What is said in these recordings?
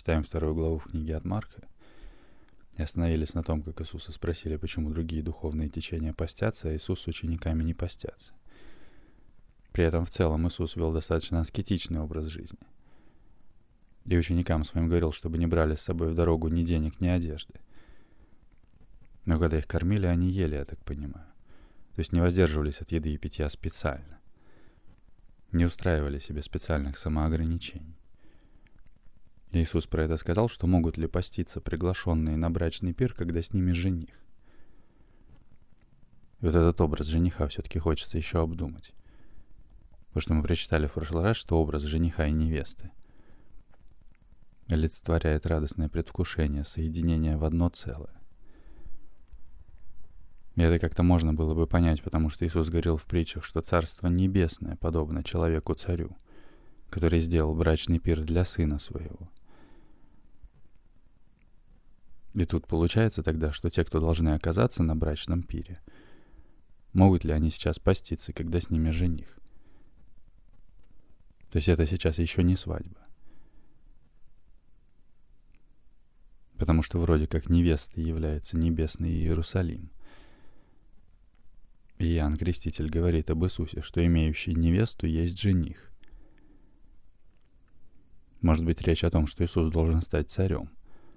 читаем 2 главу в книге от Марка и остановились на том, как Иисуса спросили, почему другие духовные течения постятся, а Иисус с учениками не постятся. При этом в целом Иисус вел достаточно аскетичный образ жизни. И ученикам своим говорил, чтобы не брали с собой в дорогу ни денег, ни одежды. Но когда их кормили, они ели, я так понимаю. То есть не воздерживались от еды и питья специально. Не устраивали себе специальных самоограничений. Иисус про это сказал, что могут ли поститься приглашенные на брачный пир, когда с ними жених. И вот этот образ жениха все-таки хочется еще обдумать. Потому что мы прочитали в прошлый раз, что образ жениха и невесты олицетворяет радостное предвкушение, соединение в одно целое. И это как-то можно было бы понять, потому что Иисус говорил в притчах, что Царство Небесное подобно человеку-царю, который сделал брачный пир для сына своего. И тут получается тогда, что те, кто должны оказаться на брачном пире, могут ли они сейчас поститься, когда с ними жених? То есть это сейчас еще не свадьба. Потому что вроде как невестой является небесный Иерусалим. И Иоанн Креститель говорит об Иисусе, что имеющий невесту есть жених. Может быть, речь о том, что Иисус должен стать царем.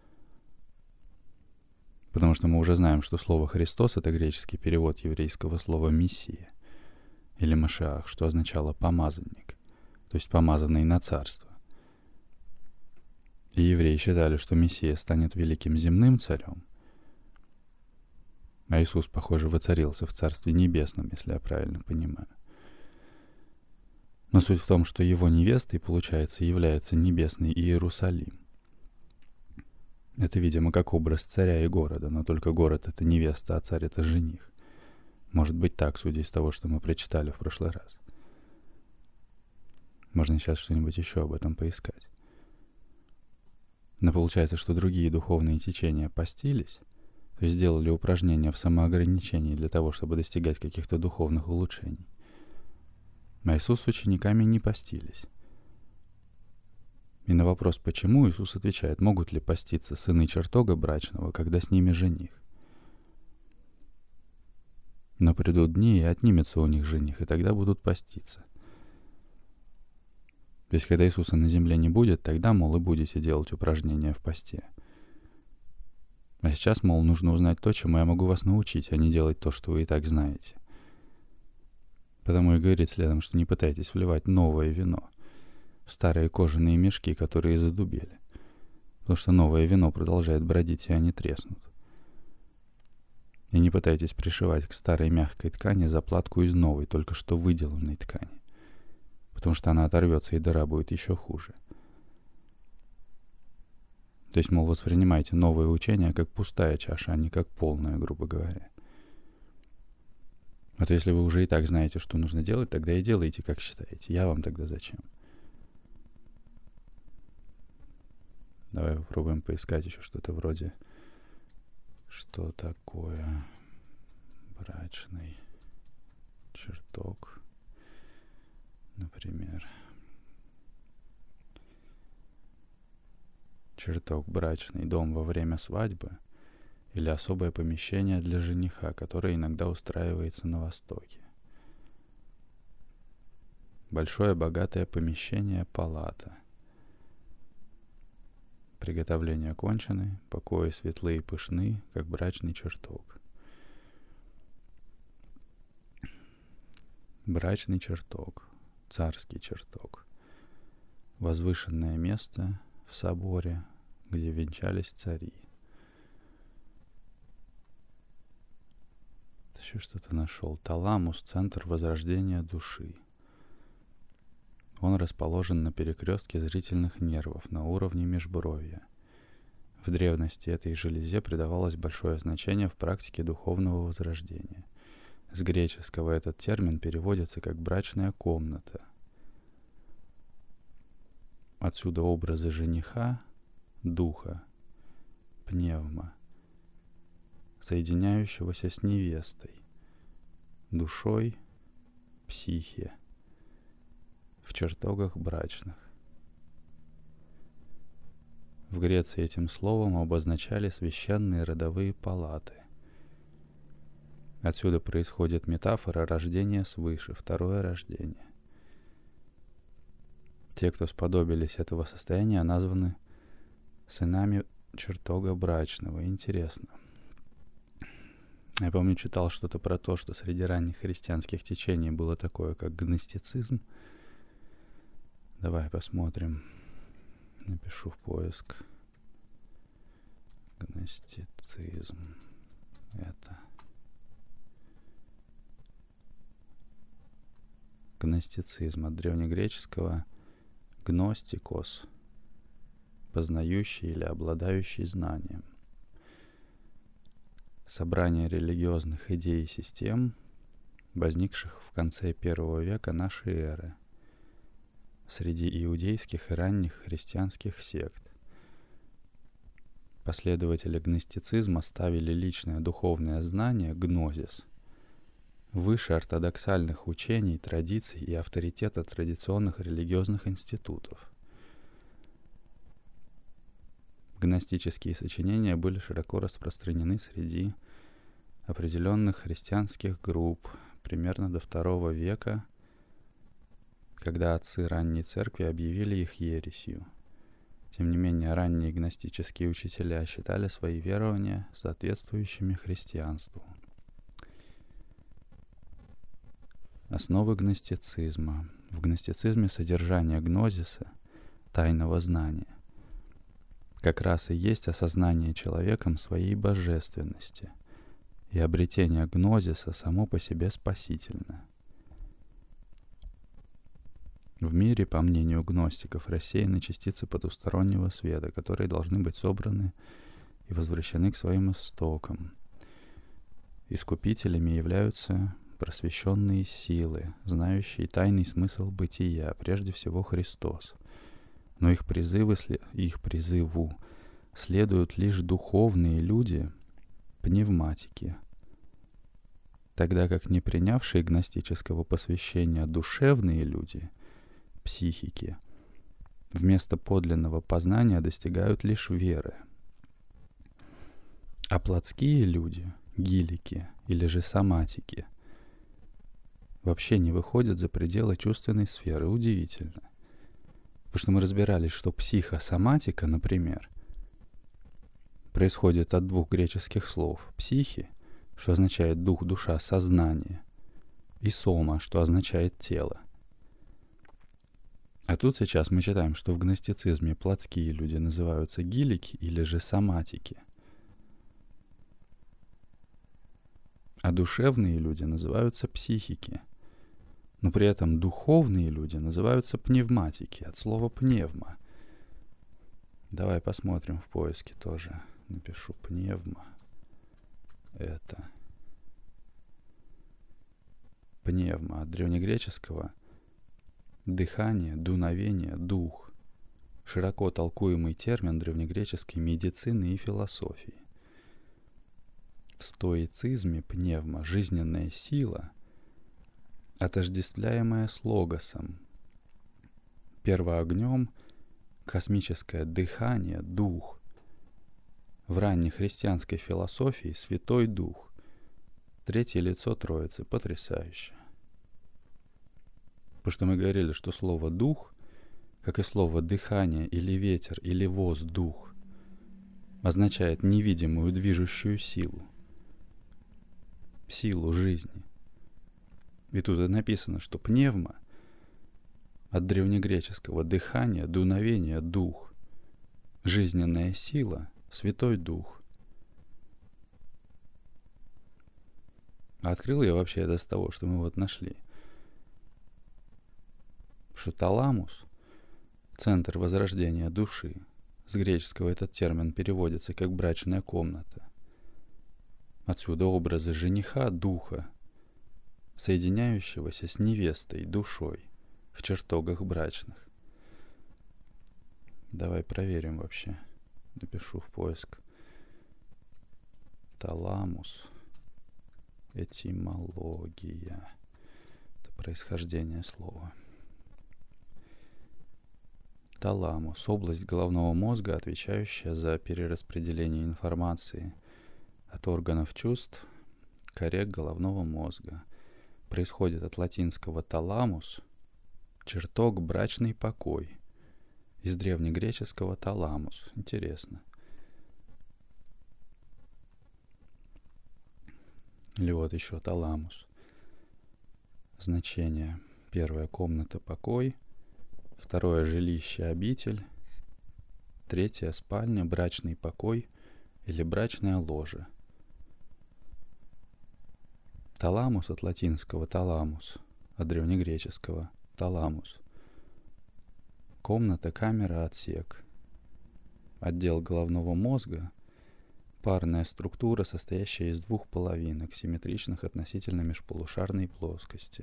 Потому что мы уже знаем, что слово «Христос» — это греческий перевод еврейского слова «мессия» или «машиах», что означало «помазанник», то есть «помазанный на царство». И евреи считали, что Мессия станет великим земным царем, а Иисус, похоже, воцарился в Царстве Небесном, если я правильно понимаю. Но суть в том, что его невестой, получается, является небесный Иерусалим. Это, видимо, как образ царя и города, но только город — это невеста, а царь — это жених. Может быть так, судя из того, что мы прочитали в прошлый раз. Можно сейчас что-нибудь еще об этом поискать. Но получается, что другие духовные течения постились, то есть сделали упражнения в самоограничении для того, чтобы достигать каких-то духовных улучшений. А Иисус с учениками не постились. И на вопрос, почему, Иисус отвечает, могут ли поститься сыны чертога брачного, когда с ними жених. Но придут дни, и отнимется у них жених, и тогда будут поститься. То есть, когда Иисуса на земле не будет, тогда, мол, и будете делать упражнения в посте. А сейчас, мол, нужно узнать то, чему я могу вас научить, а не делать то, что вы и так знаете. Потому и говорит следом, что не пытайтесь вливать новое вино в старые кожаные мешки, которые задубели. Потому что новое вино продолжает бродить, и они треснут. И не пытайтесь пришивать к старой мягкой ткани заплатку из новой, только что выделанной ткани. Потому что она оторвется, и дыра будет еще хуже. То есть, мол, воспринимайте новое учение как пустая чаша, а не как полная, грубо говоря. А то если вы уже и так знаете, что нужно делать, тогда и делайте, как считаете. Я вам тогда зачем? Давай попробуем поискать еще что-то вроде... Что такое брачный чертог? Например, чертог брачный, дом во время свадьбы или особое помещение для жениха, которое иногда устраивается на Востоке. Большое богатое помещение, палата. Приготовления окончены, покои светлые и пышны, как брачный чертог. Брачный чертог, царский чертог. Возвышенное место в соборе, где венчались цари. Еще что-то нашел. Таламус — центр возрождения души. Он расположен на перекрестке зрительных нервов на уровне межбровья. В древности этой железе придавалось большое значение в практике духовного возрождения. С греческого этот термин переводится как «брачная комната». Отсюда образы жениха, духа, пневма, соединяющегося с невестой, душой, психе, в чертогах брачных. В В Греции этим словом обозначали священные родовые палаты. Отсюда происходит метафора рождения свыше, второе рождение. Те, кто сподобились этого состояния, названы сынами чертога брачного. Интересно. Я помню, читал что-то про то, что среди ранних христианских течений было такое, как гностицизм. Давай посмотрим. Напишу в поиск. Гностицизм. Это. Гностицизм от древнегреческого гностикос, познающий или обладающий знанием. Собрание религиозных идей и систем, возникших в конце I века нашей эры среди иудейских и ранних христианских сект. Последователи гностицизма ставили личное духовное знание, гнозис, выше ортодоксальных учений, традиций и авторитета традиционных религиозных институтов. Гностические сочинения были широко распространены среди определенных христианских групп примерно до II века, когда отцы ранней церкви объявили их ересью. Тем не менее, ранние гностические учителя считали свои верования соответствующими христианству. Основы гностицизма. В гностицизме содержание гнозиса, тайного знания, как раз и есть осознание человеком своей божественности, и обретение гнозиса само по себе спасительно. В мире, по мнению гностиков, рассеяны частицы потустороннего света, которые должны быть собраны и возвращены к своим истокам. Искупителями являются просвещенные силы, знающие тайный смысл бытия, прежде всего Христос. Но их призыву следуют лишь духовные люди, пневматики, тогда как не принявшие гностического посвящения душевные люди, психики, вместо подлинного познания достигают лишь веры. А плотские люди, гилики или же соматики, вообще не выходят за пределы чувственной сферы. Удивительно. Потому что мы разбирались, что психосоматика, например, происходит от двух греческих слов. Психи, что означает дух, душа, сознание, и сома, что означает тело. А тут сейчас мы читаем, что в гностицизме плотские люди называются гилики или же соматики, а душевные люди называются психики. Но при этом духовные люди называются пневматики, от слова пневма. Давай посмотрим в поиске тоже. Напишу пневма. Это. Пневма от древнегреческого дыхание, дуновение, дух. Широко толкуемый термин древнегреческой медицины и философии. В стоицизме пневма — жизненная сила, отождествляемая с логосом, первоогнем — космическое дыхание, дух. В раннехристианской философии — Святой Дух, третье лицо Троицы. Потрясающе. Потому что мы говорили, что слово «дух», как и слово «дыхание» или «ветер» или «воздух», означает невидимую движущую силу, силу жизни. И тут написано, что пневма от древнегреческого дыхание, дуновение, дух, жизненная сила, Святой Дух. А открыл я вообще это с того, что мы вот нашли. Что таламус — центр возрождения души. С греческого этот термин переводится как брачная комната. Отсюда образы жениха, духа, соединяющегося с невестой, душой, в чертогах брачных. Давай проверим вообще. Напишу в поиск. Таламус. Этимология. Это происхождение слова. таламус — область головного мозга, отвечающая за перераспределение информации от органов чувств к коре головного мозга. Происходит от латинского таламус — чертог, брачный покой. Из древнегреческого таламус. Интересно. Или вот еще таламус. Значение. Первая — комната, покой. Второе — жилище, обитель. Третье — спальня, брачный покой или брачное ложе. Таламус от латинского таламус, от древнегреческого таламус. Комната, камера, отсек. Отдел головного мозга — парная структура, состоящая из двух половинок, симметричных относительно межполушарной плоскости.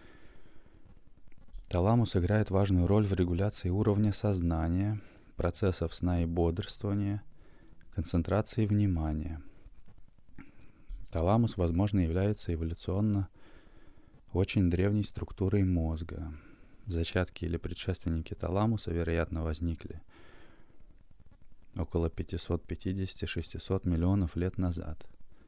Таламус играет важную роль в регуляции уровня сознания, процессов сна и бодрствования, концентрации внимания. Таламус, возможно, является эволюционно очень древней структурой мозга. Зачатки или предшественники таламуса, вероятно, возникли около 550-600 миллионов лет назад.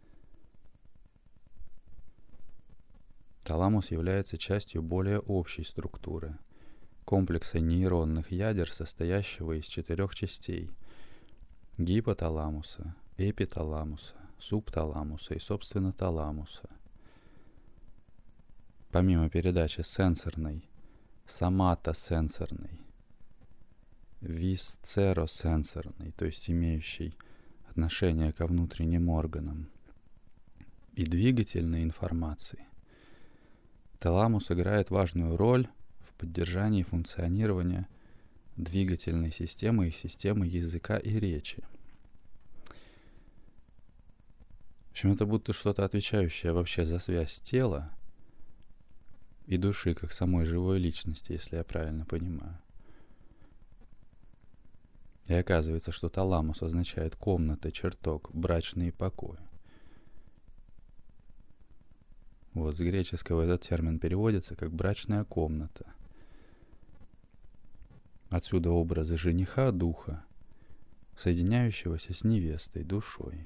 Таламус является частью более общей структуры — комплекса нейронных ядер, состоящего из 4 частей — гипоталамуса, эпиталамуса, субталамуса и, собственно, таламуса. Помимо передачи сенсорной, соматосенсорной, висцеросенсорной, то есть имеющей отношение ко внутренним органам, и двигательной информации, таламус играет важную роль в поддержании функционирования двигательной системы и системы языка и речи. В общем, это будто что-то отвечающее вообще за связь тела и души, как самой живой личности, если я правильно понимаю. И оказывается, что таламус означает комната, чертог, брачный покой. Вот с греческого этот термин переводится как брачная комната. Отсюда образы жениха, духа, соединяющегося с невестой, душой.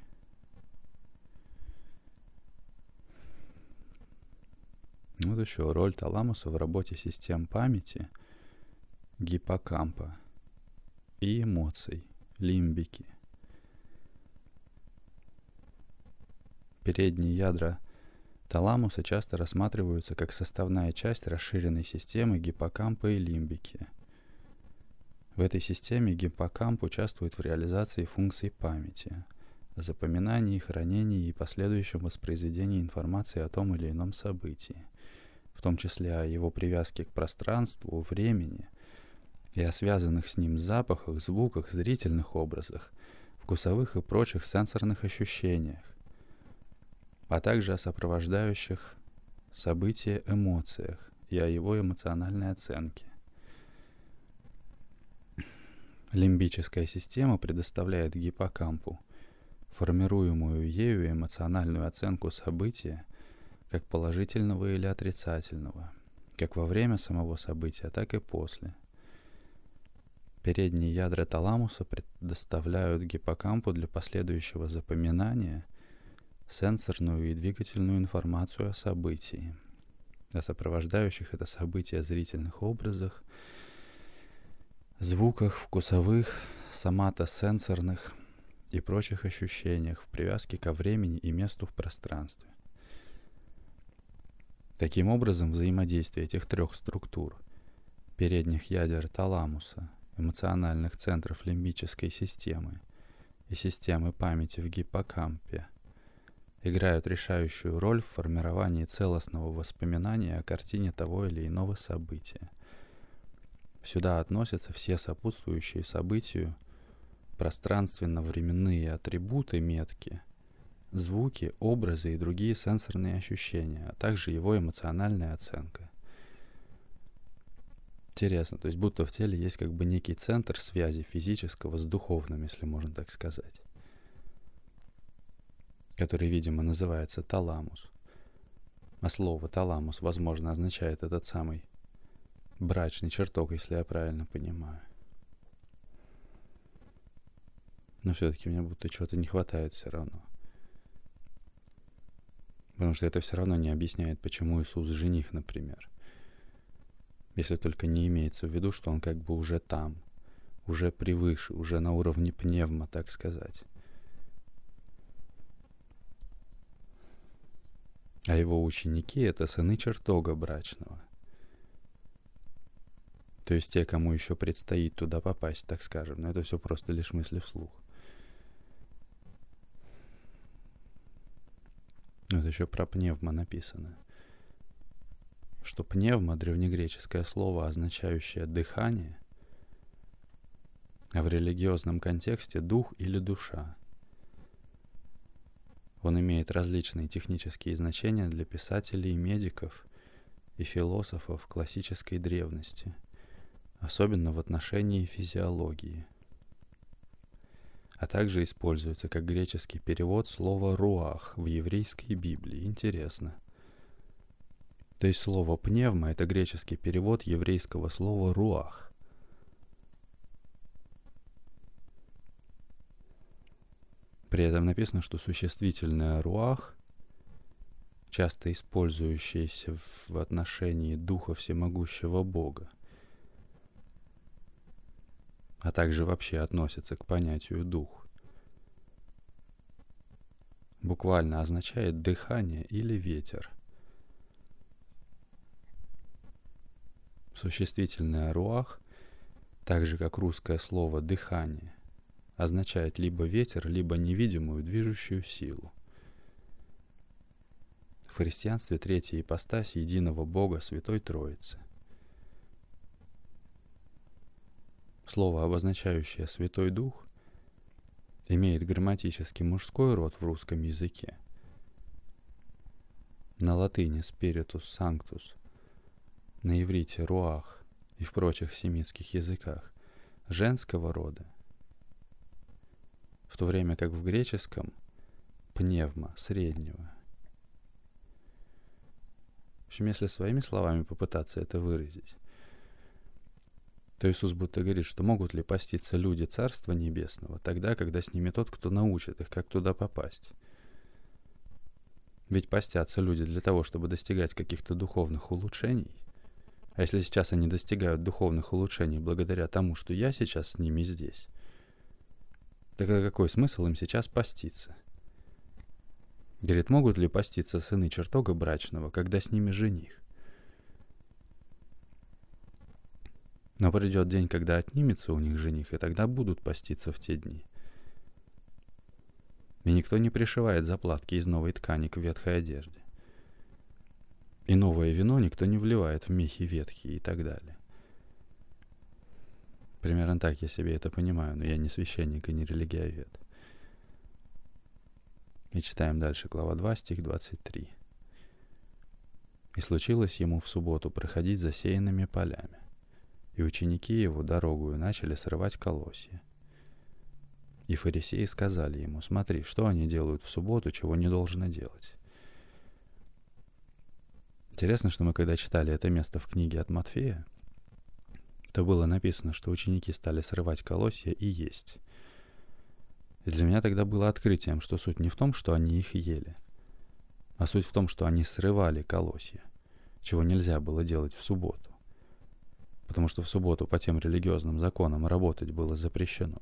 Вот еще роль таламуса в работе систем памяти, гиппокампа и эмоций, лимбики. Передние ядра таламуса часто рассматриваются как составная часть расширенной системы гиппокампа и лимбики. В этой системе гиппокамп участвует в реализации функций памяти, запоминании, хранении и последующем воспроизведении информации о том или ином событии, в том числе о его привязке к пространству, времени и о связанных с ним запахах, звуках, зрительных образах, вкусовых и прочих сенсорных ощущениях, а также о сопровождающих события эмоциях и о его эмоциональной оценке. Лимбическая система предоставляет гиппокампу формируемую ею эмоциональную оценку события как положительного или отрицательного, как во время самого события, так и после. Передние ядра таламуса предоставляют гиппокампу для последующего запоминания сенсорную и двигательную информацию о событии, о сопровождающих это событие зрительных образах, звуках, вкусовых, соматосенсорных и прочих ощущениях в привязке ко времени и месту в пространстве. Таким образом, взаимодействие этих трех структур — передних ядер таламуса, эмоциональных центров лимбической системы и системы памяти в гиппокампе — играют решающую роль в формировании целостного воспоминания о картине того или иного события. Сюда относятся все сопутствующие событию пространственно-временные атрибуты метки, звуки, образы и другие сенсорные ощущения, а также его эмоциональная оценка. Интересно, то есть будто в теле есть как бы некий центр связи физического с духовным, если можно так сказать, который, видимо, называется таламус. А слово таламус, возможно, означает этот самый брачный чертог, если я правильно понимаю. Но все-таки мне будто чего-то не хватает все равно. Потому что это все равно не объясняет, почему Иисус жених, например. Если только не имеется в виду, что он как бы уже там, уже превыше, уже на уровне пневма, так сказать. А его ученики — это сыны чертога брачного. То есть те, кому еще предстоит туда попасть, так скажем. Но это все просто лишь мысли вслух. Вот еще про пневма написано. Что пневма — древнегреческое слово, означающее дыхание, а в религиозном контексте дух или душа. Он имеет различные технические значения для писателей, медиков и философов классической древности, особенно в отношении физиологии. А также используется как греческий перевод слова «руах» в еврейской Библии. Интересно. То есть слово «пневма» — это греческий перевод еврейского слова «руах». При этом написано, что существительное «руах», часто использующееся в отношении Духа Всемогущего Бога, а также вообще относится к понятию «дух», буквально означает «дыхание» или «ветер». Существительное «руах», так же как русское слово «дыхание», означает либо ветер, либо невидимую движущую силу. В христианстве третья ипостась единого Бога Святой Троицы. Слово, обозначающее Святой Дух, имеет грамматически мужской род в русском языке. На латыни «spiritus sanctus», на иврите «руах» и в прочих семитских языках женского рода, в то время как в греческом «пневма» среднего. В общем, если своими словами попытаться это выразить, то Иисус будто говорит, что могут ли поститься люди Царства Небесного тогда, когда с ними тот, кто научит их, как туда попасть. Ведь постятся люди для того, чтобы достигать каких-то духовных улучшений. А если сейчас они достигают духовных улучшений благодаря тому, что я сейчас с ними здесь, тогда какой смысл им сейчас поститься? Говорит, могут ли поститься сыны чертога брачного, когда с ними жених? Но придет день, когда отнимется у них жених, и тогда будут поститься в те дни. И никто не пришивает заплатки из новой ткани к ветхой одежде. И новое вино никто не вливает в мехи ветхие и так далее. Примерно так я себе это понимаю, но я не священник и не религиовед. И читаем дальше, глава 2, стих 23. «И случилось ему в субботу проходить засеянными полями, и ученики его дорогою начали срывать колосья. И фарисеи сказали ему: смотри, что они делают в субботу, чего не должно делать». Интересно, что мы когда читали это место в книге от Матфея, то было написано, что ученики стали срывать колосья и есть. И для меня тогда было открытием, что суть не в том, что они их ели, а суть в том, что они срывали колосья, чего нельзя было делать в субботу. Потому что в субботу по тем религиозным законам работать было запрещено.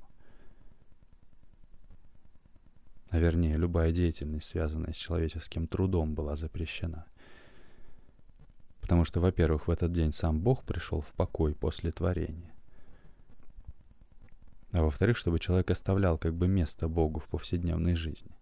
А вернее, любая деятельность, связанная с человеческим трудом, была запрещена. Потому что, во-первых, в этот день сам Бог пришел в покой после творения. А во-вторых, чтобы человек оставлял как бы место Богу в повседневной жизни.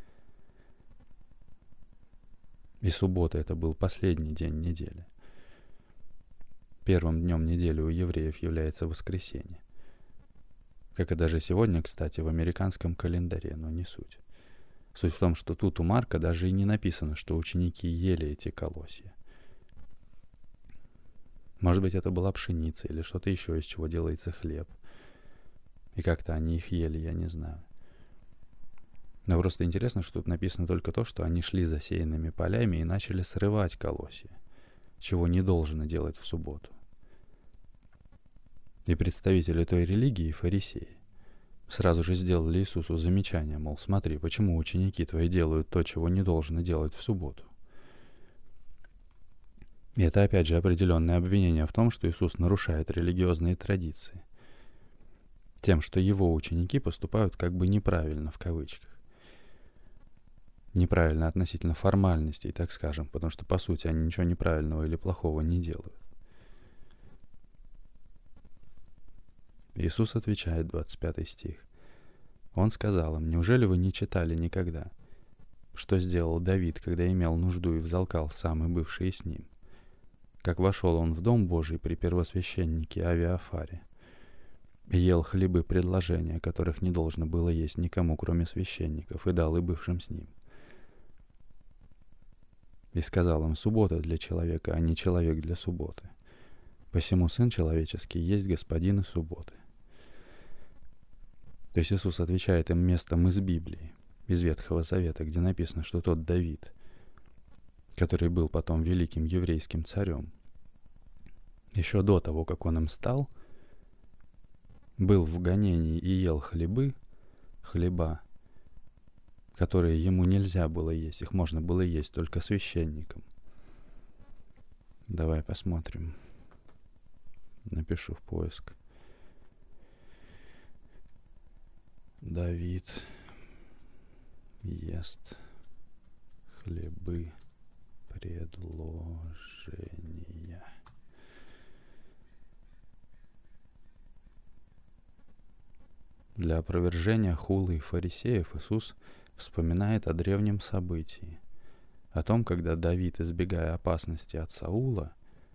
И суббота — это был последний день недели. Первым днем недели у евреев является воскресенье. Как и даже сегодня, кстати, в американском календаре, но не суть. Суть в том, что тут у Марка даже и не написано, что ученики ели эти колосья. Может быть, это была пшеница или что-то еще, из чего делается хлеб. И как-то они их ели, я не знаю. Но просто интересно, что тут написано только то, что они шли засеянными полями и начали срывать колосья, чего не должно делать в субботу. И представители той религии, фарисеи, сразу же сделали Иисусу замечание, мол, смотри, почему ученики твои делают то, чего не должны делать в субботу. И это опять же определенное обвинение в том, что Иисус нарушает религиозные традиции. Тем, что его ученики поступают как бы неправильно, в кавычках. Неправильно относительно формальностей, так скажем, потому что, по сути, они ничего неправильного или плохого не делают. Иисус отвечает, 25 стих. Он сказал им: «Неужели вы не читали никогда, что сделал Давид, когда имел нужду и взалкал самый бывший с ним? Как вошел он в дом Божий при первосвященнике Авиафаре, и ел хлебы предложения, которых не должно было есть никому, кроме священников, и дал и бывшим с ним. И сказал им: суббота для человека, а не человек для субботы. Посему Сын Человеческий есть Господин и субботы». То есть Иисус отвечает им местом из Библии, из Ветхого Завета, где написано, что тот Давид, который был потом великим еврейским царем, еще до того, как он им стал, был в гонении и ел хлеба, которые ему нельзя было есть, их можно было есть только священникам. Давай посмотрим. Напишу в поиск. Давид ест хлебы предложения. Для опровержения хулы фарисеев Иисус вспоминает о древнем событии, о том, когда Давид, избегая опасности от Саула,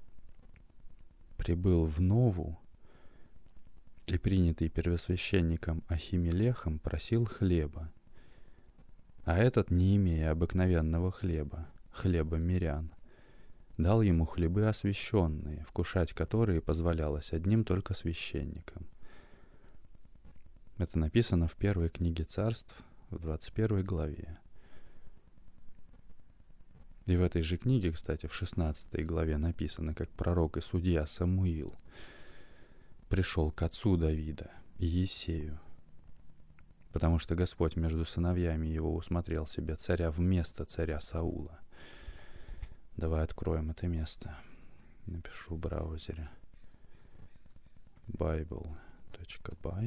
прибыл в Нову и, принятый первосвященником Ахимелехом, просил хлеба. А этот, не имея обыкновенного хлеба мирян, дал ему хлебы освященные, вкушать которые позволялось одним только священникам. Это написано в первой книге Царств, в 21 главе. И в этой же книге, кстати, в 16 главе написано, как пророк и судья Самуил пришел к отцу Давида, Иессею, потому что Господь между сыновьями его усмотрел себе царя вместо царя Саула. Давай откроем это место. Напишу в браузере bible.by.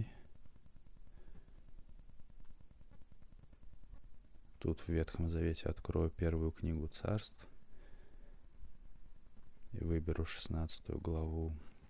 Тут в Ветхом Завете открою первую книгу Царств и выберу 16 главу.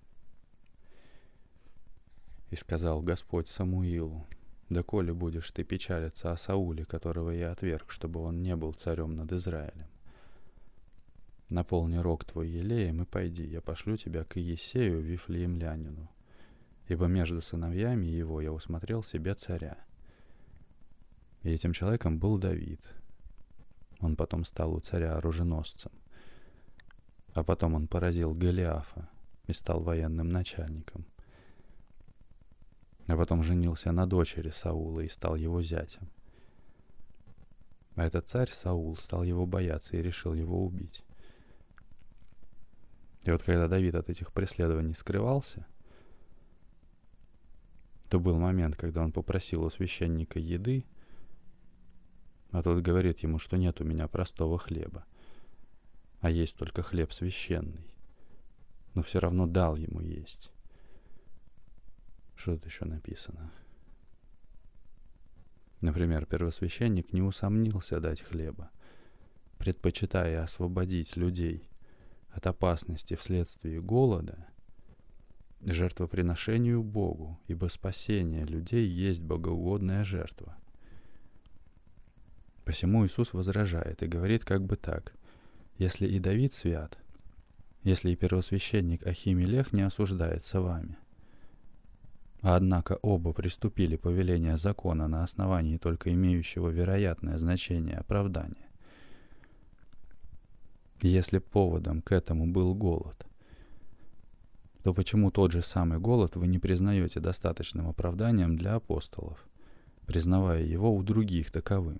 «И сказал Господь Самуилу: доколе будешь ты печалиться о Сауле, которого я отверг, чтобы он не был царем над Израилем? Наполни рог твой елеем и пойди, я пошлю тебя к Иессею Вифлеемлянину, ибо между сыновьями его я усмотрел себе царя». И этим человеком был Давид. Он потом стал у царя оруженосцем. А потом он поразил Голиафа и стал военным начальником. А потом женился на дочери Саула и стал его зятем. А этот царь Саул стал его бояться и решил его убить. И вот когда Давид от этих преследований скрывался, то был момент, когда он попросил у священника еды, а тот говорит ему, что нет у меня простого хлеба, а есть только хлеб священный. Но все равно дал ему есть. Что тут еще написано? Например, первосвященник не усомнился дать хлеба, предпочитая освободить людей от опасности вследствие голода жертвоприношению Богу, ибо спасение людей есть богоугодная жертва. Посему Иисус возражает и говорит как бы так: если и Давид свят, если и первосвященник Ахимелех не осуждается вами, а однако оба приступили повеление закона на основании только имеющего вероятное значение оправдания, если поводом к этому был голод, то почему тот же самый голод вы не признаете достаточным оправданием для апостолов, признавая его у других таковым?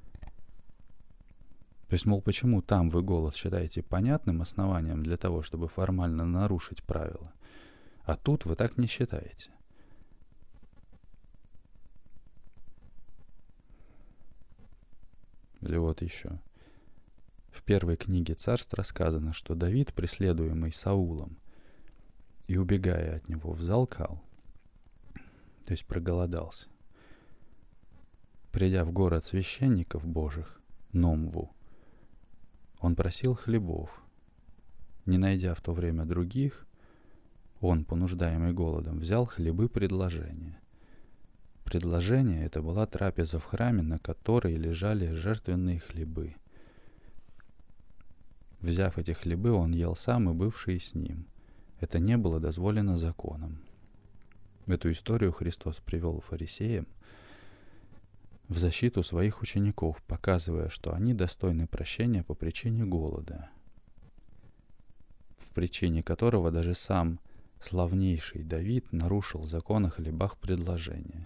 То есть, мол, почему там вы голод считаете понятным основанием для того, чтобы формально нарушить правила, а тут вы так не считаете? Или вот еще. В первой книге Царств рассказано, что Давид, преследуемый Саулом и убегая от него, взалкал, то есть проголодался. Придя в город священников Божьих, Номву, он просил хлебов. Не найдя в то время других, он, понуждаемый голодом, взял хлебы предложения. Предложение — это была трапеза в храме, на которой лежали жертвенные хлебы. Взяв эти хлебы, он ел сам и бывшие с ним. Это не было дозволено законом. Эту историю Христос привел фарисеям в защиту своих учеников, показывая, что они достойны прощения по причине голода, в причине которого даже сам славнейший Давид нарушил закон о хлебах предложения.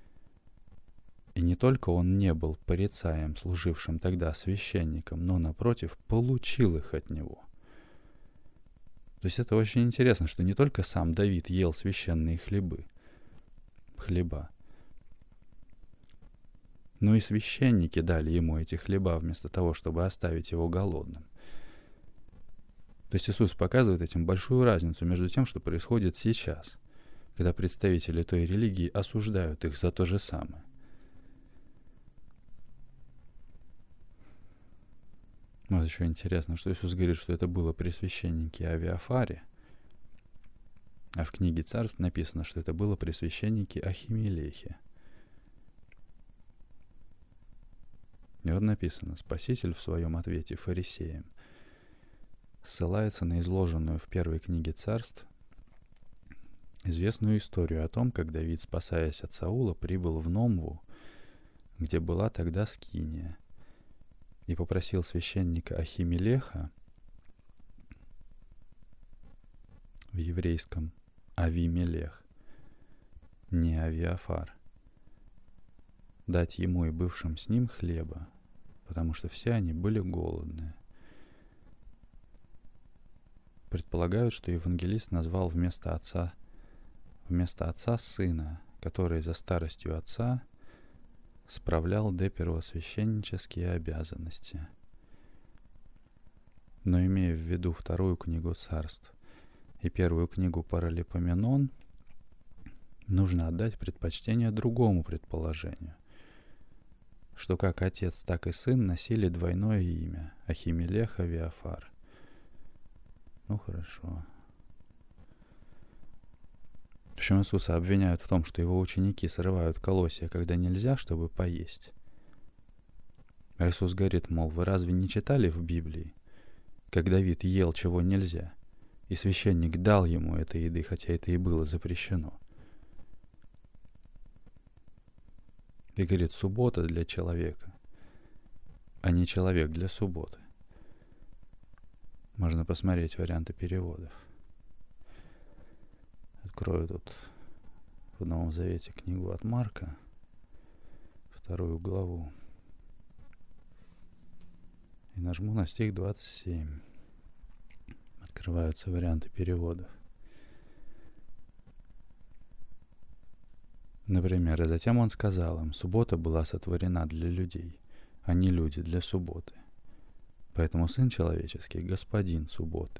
И не только он не был порицаем, служившим тогда священником, но, напротив, получил их от него. То есть это очень интересно, что не только сам Давид ел священные хлеба, но и священники дали ему эти хлеба вместо того, чтобы оставить его голодным. То есть Иисус показывает этим большую разницу между тем, что происходит сейчас, когда представители той религии осуждают их за то же самое. Вот еще интересно, что Иисус говорит, что это было при священнике Авиафаре, а в книге Царств написано, что это было при священнике Ахимелехе. И вот написано: Спаситель в своем ответе фарисеям ссылается на изложенную в первой книге Царств известную историю о том, как Давид, спасаясь от Саула, прибыл в Номву, где была тогда скиния, и попросил священника Ахимелеха, в еврейском Авимелех, не Авиафар, дать ему и бывшим с ним хлеба, потому что все они были голодные. Предполагают, что евангелист назвал вместо отца сына, который за старостью отца справлял первосвященнические обязанности. Но имея в виду вторую книгу Царств и первую книгу Паралипоменон, нужно отдать предпочтение другому предположению, что как отец, так и сын носили двойное имя — Ахимелех Авиафар. Ну хорошо. В общем, Иисуса обвиняют в том, что его ученики срывают колосья, когда нельзя, чтобы поесть. А Иисус говорит, мол, вы разве не читали в Библии, как Давид ел, чего нельзя, и священник дал ему этой еды, хотя это и было запрещено? И говорит, суббота для человека, а не человек для субботы. Можно посмотреть варианты переводов. Открою тут в Новом Завете книгу от Марка, 2 главу, и нажму на стих 27. Открываются варианты переводов. Например, и затем он сказал им, суббота была сотворена для людей, а не люди для субботы. Поэтому Сын Человеческий — Господин субботы.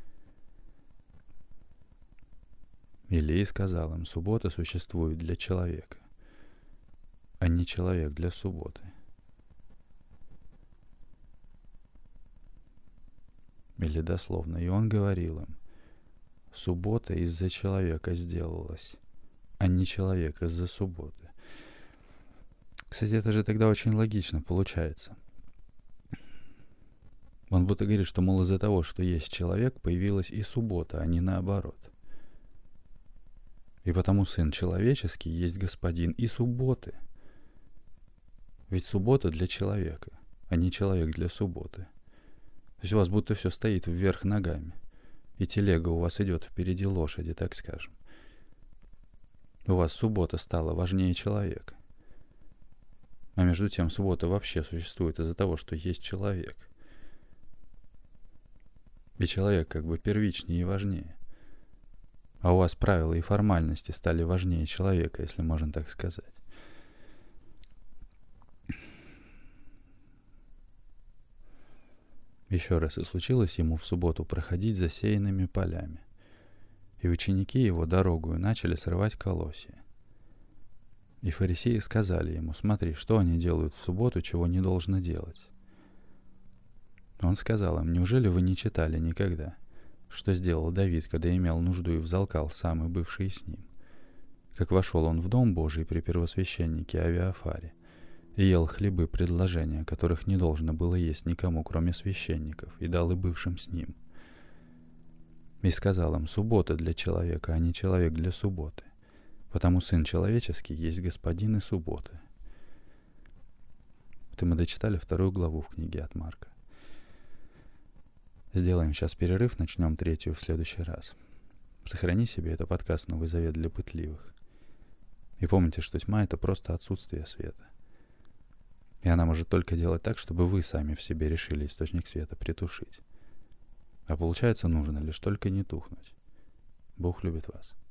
Илия сказал им, суббота существует для человека, а не человек для субботы. Или дословно, и он говорил им, суббота из-за человека сделалась, а не человек из-за субботы. Кстати, это же тогда очень логично получается. Он будто говорит, что, мол, из-за того, что есть человек, появилась и суббота, а не наоборот. И потому Сын Человеческий есть Господин и субботы. Ведь суббота для человека, а не человек для субботы. То есть у вас будто все стоит вверх ногами, и телега у вас идет впереди лошади, так скажем. У вас суббота стала важнее человека. А между тем суббота вообще существует из-за того, что есть человек. И человек как бы первичнее и важнее. А у вас правила и формальности стали важнее человека, если можно так сказать. Еще раз и случилось ему в субботу проходить засеянными полями. И ученики его дорогою начали срывать колосья. И фарисеи сказали ему: «Смотри, что они делают в субботу, чего не должно делать». Он сказал им: «Неужели вы не читали никогда, что сделал Давид, когда имел нужду и взалкал самый бывший с ним? Как вошел он в дом Божий при первосвященнике Авиафаре и ел хлебы предложения, которых не должно было есть никому, кроме священников, и дал и бывшим с ним. И сказал им: суббота для человека, а не человек для субботы, потому Сын Человеческий есть Господин и субботы». Это мы дочитали 2 главу в книге от Марка. Сделаем сейчас перерыв, начнем 3 в следующий раз. Сохрани себе, это подкаст «Новый Завет» для пытливых. И помните, что тьма — это просто отсутствие света. И она может только делать так, чтобы вы сами в себе решили источник света притушить. А получается, нужно лишь только не тухнуть. Бог любит вас.